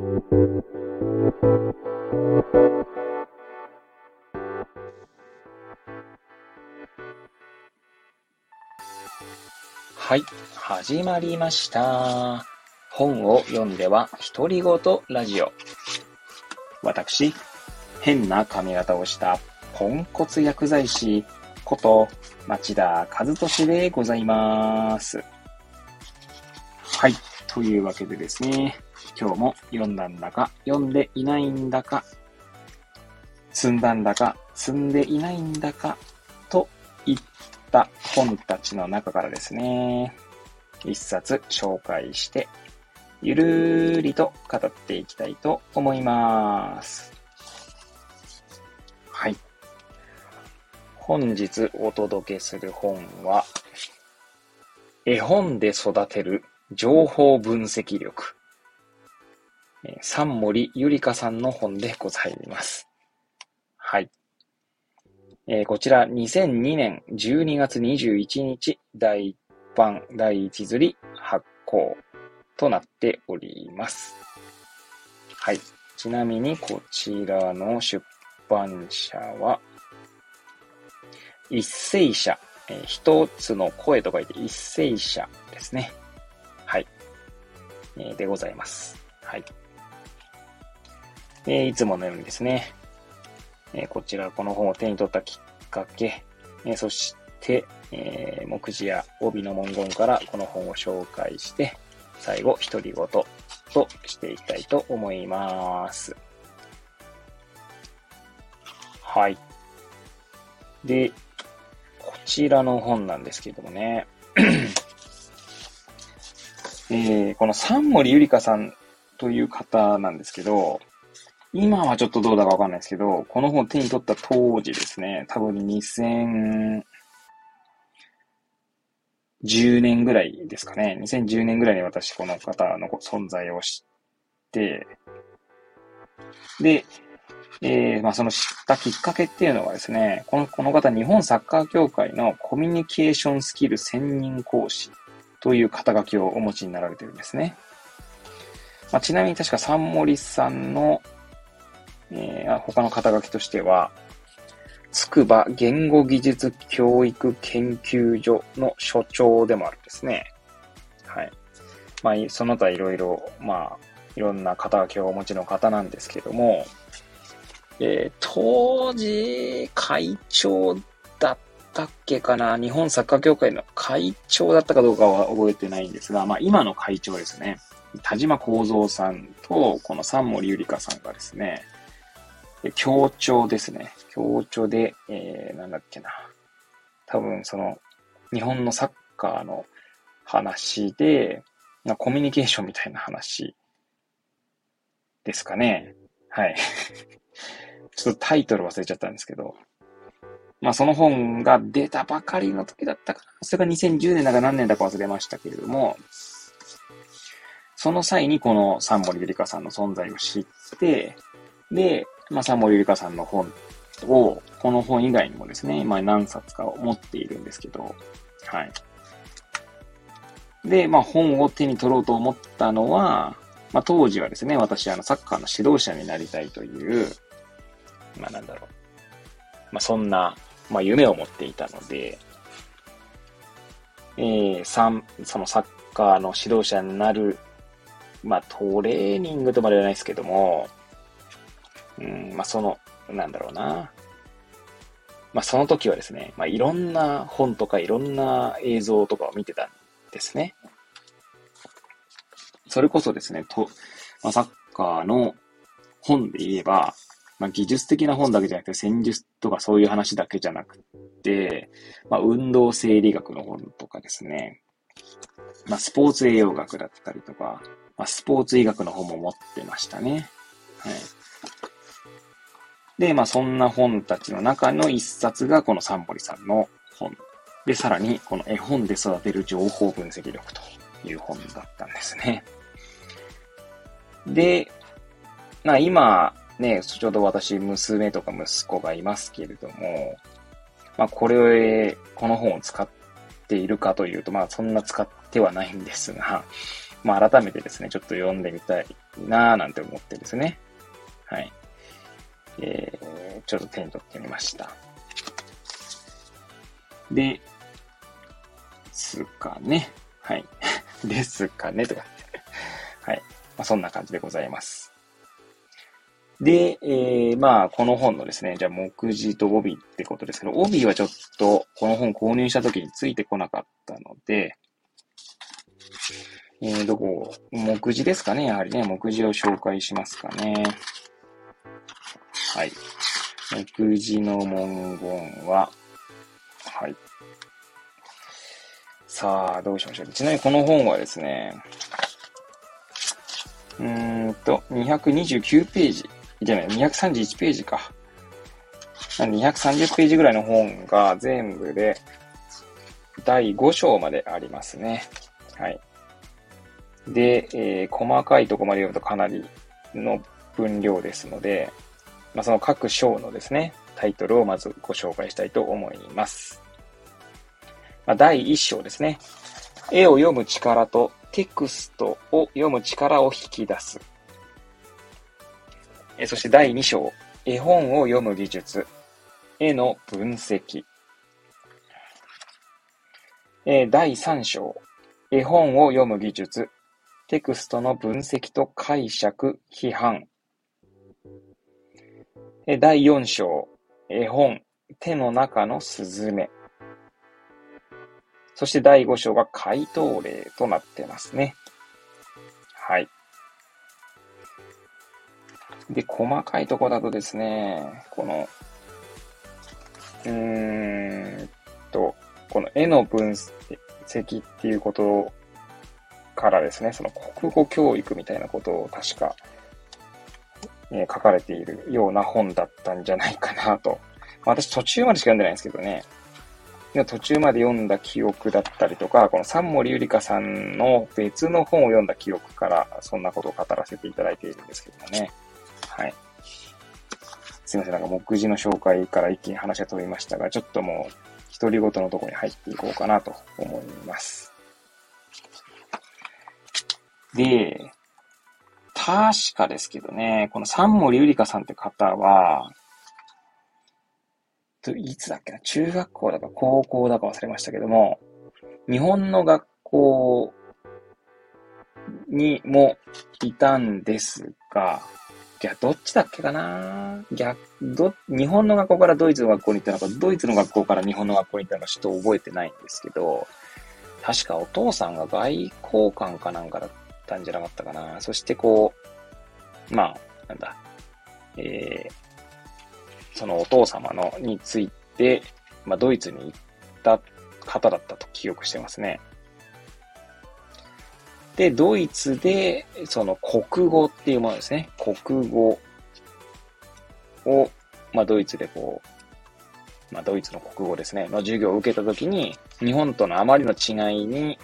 はい、始まりました。本を読んでは独り言ラジオ。私、変な髪型をしたポンコツ薬剤師こと町田和俊でございます。はい、というわけでですね、今日も読んだんだか読んでいないんだか、積んだんだか積んでいないんだかといった本たちの中からですね、一冊紹介してゆるーりと語っていきたいと思います。はい。本日お届けする本は、絵本で育てる情報分析力。三森ゆりかさんの本でございます。はい。こちら2002年12月21日第1版第1釣り発行となっております。はい。ちなみにこちらの出版社は、一斉社、一つの声と書いて一斉社ですね。はい。でございます。はい。いつものようにですね、こちらこの本を手に取ったきっかけ、そして、目次や帯の文言からこの本を紹介して、最後独り言としていきたいと思います。はい。で、こちらの本なんですけどもね、この三森ゆりかさんという方なんですけど、今はちょっとどうだかわかんないですけど、この本を手に取った当時ですね、多分2010年ぐらいですかね。2010年ぐらいに私この方の存在を知って、で、その知ったきっかけっていうのはですね、この方、日本サッカー協会のコミュニケーションスキル専任講師という肩書きをお持ちになられてるんですね。ちなみに確か三森さんの、他の肩書きとしては、筑波言語技術教育研究所の所長でもあるんですね。はい。その他いろいろ、いろんな肩書きをお持ちの方なんですけども、当時、会長だったっけかな、日本サッカー協会の会長だったかどうかは覚えてないんですが、今の会長ですね。田島幸三さんと、この三森ゆりかさんがですね、協調ですね。協調で、なんだっけな。多分日本のサッカーの話で、コミュニケーションみたいな話ですかね。はい。ちょっとタイトル忘れちゃったんですけど、その本が出たばかりの時だったかな。それが2010年だか何年だか忘れましたけれども、その際にこの三森ゆりかさんの存在を知って、で、三森ゆりかさんの本を、この本以外にもですね、何冊かを持っているんですけど、はい。で、本を手に取ろうと思ったのは、当時はですね、私サッカーの指導者になりたいという、そんな、夢を持っていたので、そのサッカーの指導者になる、トレーニングとまではないですけども、その時はですね、いろんな本とかいろんな映像とかを見てたんですね。それこそですね、サッカーの本で言えば、技術的な本だけじゃなくて戦術とかそういう話だけじゃなくて、運動生理学の本とかですね、スポーツ栄養学だったりとか、スポーツ医学の本も持ってましたね。はい。で、そんな本たちの中の一冊がこの三森さんの本。で、さらにこの絵本で育てる情報分析力という本だったんですね。で、今ね、ちょうど私、娘とか息子がいますけれども、この本を使っているかというと、そんな使ってはないんですが、 まあ改めてですね、ちょっと読んでみたいなぁなんて思ってですね。はい。ちょっと手に取ってみました。ですかね。はい。ですかねとか。はい。まあ、そんな感じでございます。で、まあ、この本のですね、じゃあ、目次と帯ってことですけど、帯はちょっと、この本購入した時についてこなかったので、目次ですかね、やはりね、目次を紹介しますかね。はい。目次の文言は、はい。さあ、どうしましょう。ちなみにこの本はですね、229ページ。じゃない、231ページか。230ページぐらいの本が全部で第5章までありますね。はい。で、細かいとこまで読むとかなりの分量ですので、まあ、その各章のですね、タイトルをまずご紹介したいと思います。まあ、第1章ですね。絵を読む力とテクストを読む力を引き出す。そして第2章、絵本を読む技術、絵の分析。第3章、絵本を読む技術、テクストの分析と解釈、批判。第4章、絵本、手の中のスズメ。そして第5章が回答例となってますね。はい。で、細かいとこだとですね、この絵の分析っていうことからですね、その国語教育みたいなことを確か、書かれているような本だったんじゃないかなと。私途中までしか読んでないんですけどね。途中まで読んだ記憶だったりとか、この三森ゆりかさんの別の本を読んだ記憶から、そんなことを語らせていただいているんですけどもね。はい。すいません、なんか目次の紹介から一気に話が飛びましたが、ちょっともう、独り言のところに入っていこうかなと思います。で、確かですけどね、この三森ゆりかさんって方は、いつだっけな、中学校だか高校だか忘れましたけども、日本の学校にもいたんですが、どっちだっけかな日本の学校からドイツの学校に行ったのか、ドイツの学校から日本の学校に行ったのかちょっと覚えてないんですけど、確かお父さんが外交官かなんかだったんじゃなかったかな。そしてそのお父様について、ドイツに行った方だったと記憶してますね。で、ドイツで、その国語っていうものですね。国語を、ドイツでドイツの国語ですね、の授業を受けたときに、日本とのあまりの違いに、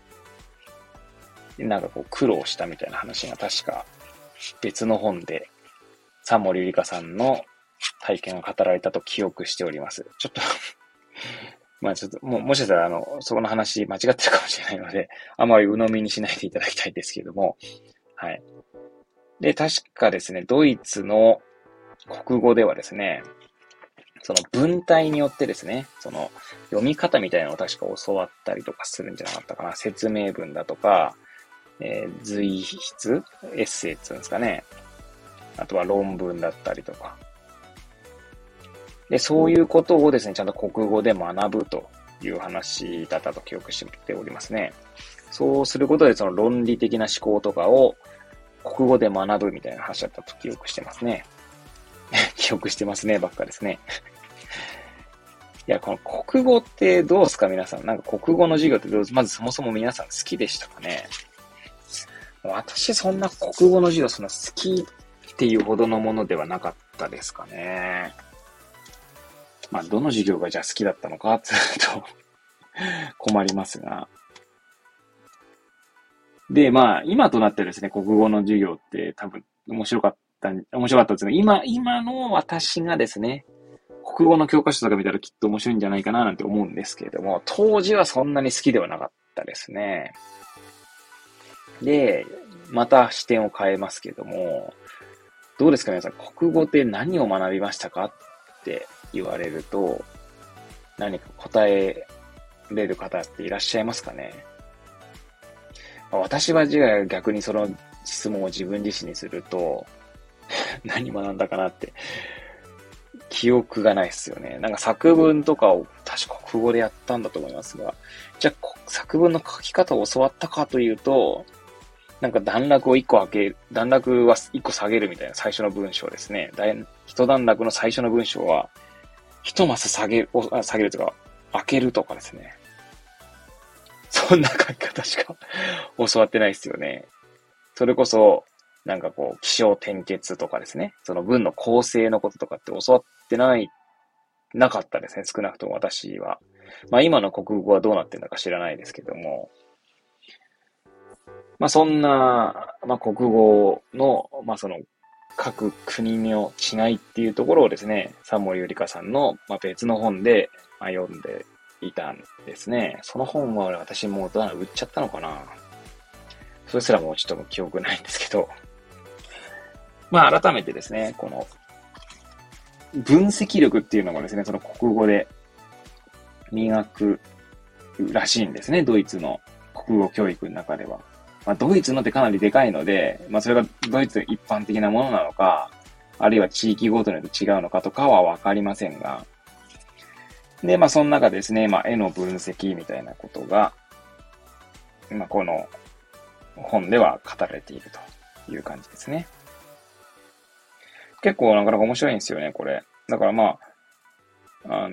苦労したみたいな話が確か別の本で、三森ゆりかさんの体験を語られたと記憶しております。ちょっとちょっと、もしかしたら、そこの話間違ってるかもしれないので、あまり鵜呑みにしないでいただきたいですけども、はい。で、確かですね、ドイツの国語ではですね、その文体によってですね、その読み方みたいなのを確か教わったりとかするんじゃなかったかな。説明文だとか、随筆エッセイっていうんですかね。あとは論文だったりとか。で、そういうことをですね、ちゃんと国語で学ぶという話だったと記憶しておりますね。そうすることで、その論理的な思考とかを国語で学ぶみたいな話だったと記憶してますね。記憶してますね、ばっかですね。いや、この国語ってどうですか皆さん。なんか国語の授業ってまずそもそも皆さん好きでしたかね。私そんな国語の授業そんな好きっていうほどのものではなかったですかね。どの授業がじゃあ好きだったのかって言うと困りますが。で、今となってですね、国語の授業って多分面白かったですね。今の私がですね、国語の教科書とか見たらきっと面白いんじゃないかななんて思うんですけれども、当時はそんなに好きではなかったですね。 で、また視点を変えますけども、どうですか皆さん、国語で何を学びましたかって言われると、何か答えれる方っていらっしゃいますかね。私はじゃあ逆にその質問を自分自身にすると、何学んだかなって記憶がないですよね。なんか作文とかを確か国語でやったんだと思いますが、じゃあ作文の書き方を教わったかというと、なんか段落を1個段落は1個下げるみたいな最初の文章ですね。一段落の最初の文章は、一マス下げるというか、開けるとかですね。そんな書き方しか教わってないですよね。それこそ、なんかこう、起承転結とかですね。その文の構成のこととかって教わってなかったですね。少なくとも私は。まあ今の国語はどうなってるのか知らないですけども。まあそんな、まあ国語の、まあその各国の違いっていうところをですね、三森ゆりかさんの、まあ、別の本で、まあ、読んでいたんですね。その本は私もう売っちゃったのかな。それすらもうちょっと記憶ないんですけど。まあ改めてですね、この分析力っていうのもですね、その国語で磨くらしいんですね、ドイツの国語教育の中では。まあ、ドイツのってかなりでかいので、まあ、それがドイツの一般的なものなのか、あるいは地域ごとによって違うのかとかはわかりませんが。で、まあ、その中ですね、まあ、絵の分析みたいなことが、まあ、この本では語られているという感じですね。結構なかなか面白いんですよね、これ。だからまあ、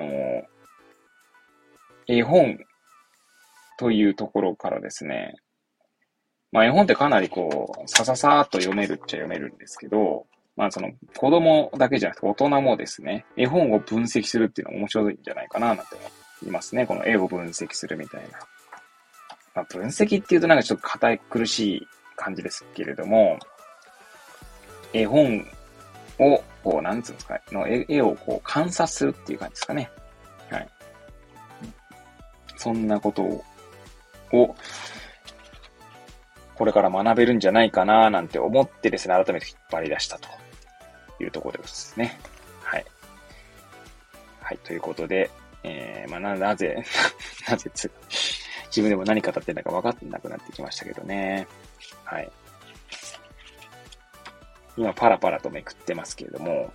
絵本というところからですね、まあ絵本ってかなりこう、さーっと読めるっちゃ読めるんですけど、まあその子供だけじゃなくて大人もですね、絵本を分析するっていうのは面白いんじゃないかななんて思いますね。この絵を分析するみたいな。まあ分析っていうとなんかちょっと堅苦しい感じですけれども、絵本をこう、なんつうんですかね、の絵をこう観察するっていう感じですかね。はい。そんなことを、これから学べるんじゃないかななんて思ってですね、改めて引っ張り出したというところですね。はい。はい、ということで、まあ、なぜ自分でも何語ってんだか分かってなくなってきましたけどね。はい。今パラパラとめくってますけれども、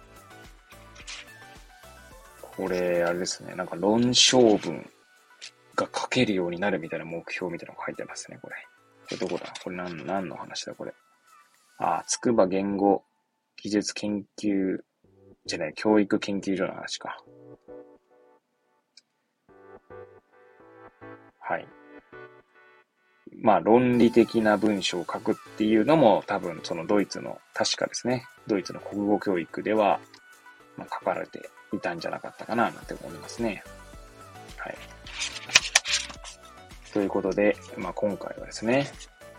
これ、あれですね、なんか論証文が書けるようになるみたいな目標みたいなのが書いてますね、これ。これどこだこれ何の話だこれ。筑波言語技術研究じゃない、教育研究所の話か。はい。まあ、論理的な文章を書くっていうのも多分そのドイツの、確かですね、ドイツの国語教育では、まあ、書かれていたんじゃなかったかななんて思いますね。はい。ということで、まあ今回はですね、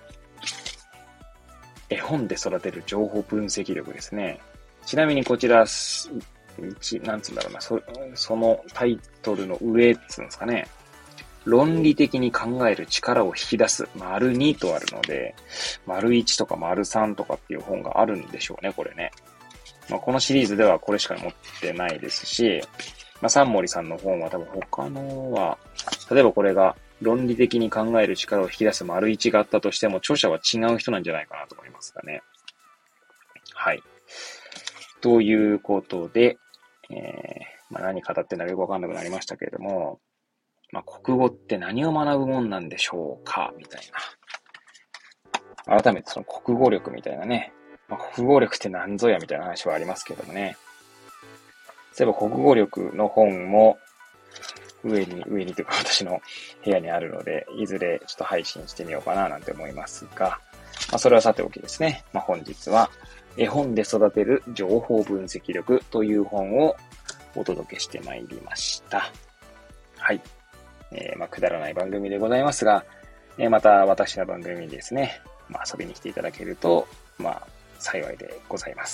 絵本で育てる情報分析力ですね。ちなみにこちら、なんつうんだろうな、そのタイトルの上っつうんですかね。論理的に考える力を引き出す、丸2とあるので、丸1とか丸3とかっていう本があるんでしょうね、これね。まあ、このシリーズではこれしか持ってないですし、まあ、三森さんの本は多分他のは、例えばこれが論理的に考える力を引き出す丸1があったとしても、著者は違う人なんじゃないかなと思いますがね。はい。ということで、まあ、何語ってんだかよくわかんなくなりましたけれども、まあ、国語って何を学ぶもんなんでしょうかみたいな。改めてその国語力みたいなね。まあ、国語力って何ぞやみたいな話はありますけどもね。そういえば国語力の本も上にというか私の部屋にあるので、いずれちょっと配信してみようかななんて思いますが、まあ、それはさておきですね。まあ、本日は絵本で育てる情報分析力という本をお届けしてまいりました。はい。まあ、くだらない番組でございますが、また私の番組にですね、まあ、遊びに来ていただけると、まあ、幸いでございます。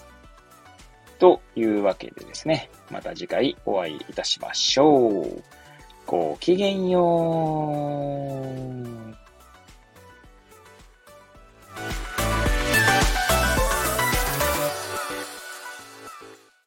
というわけでですね、また次回お会いいたしましょう。ごきげんよう。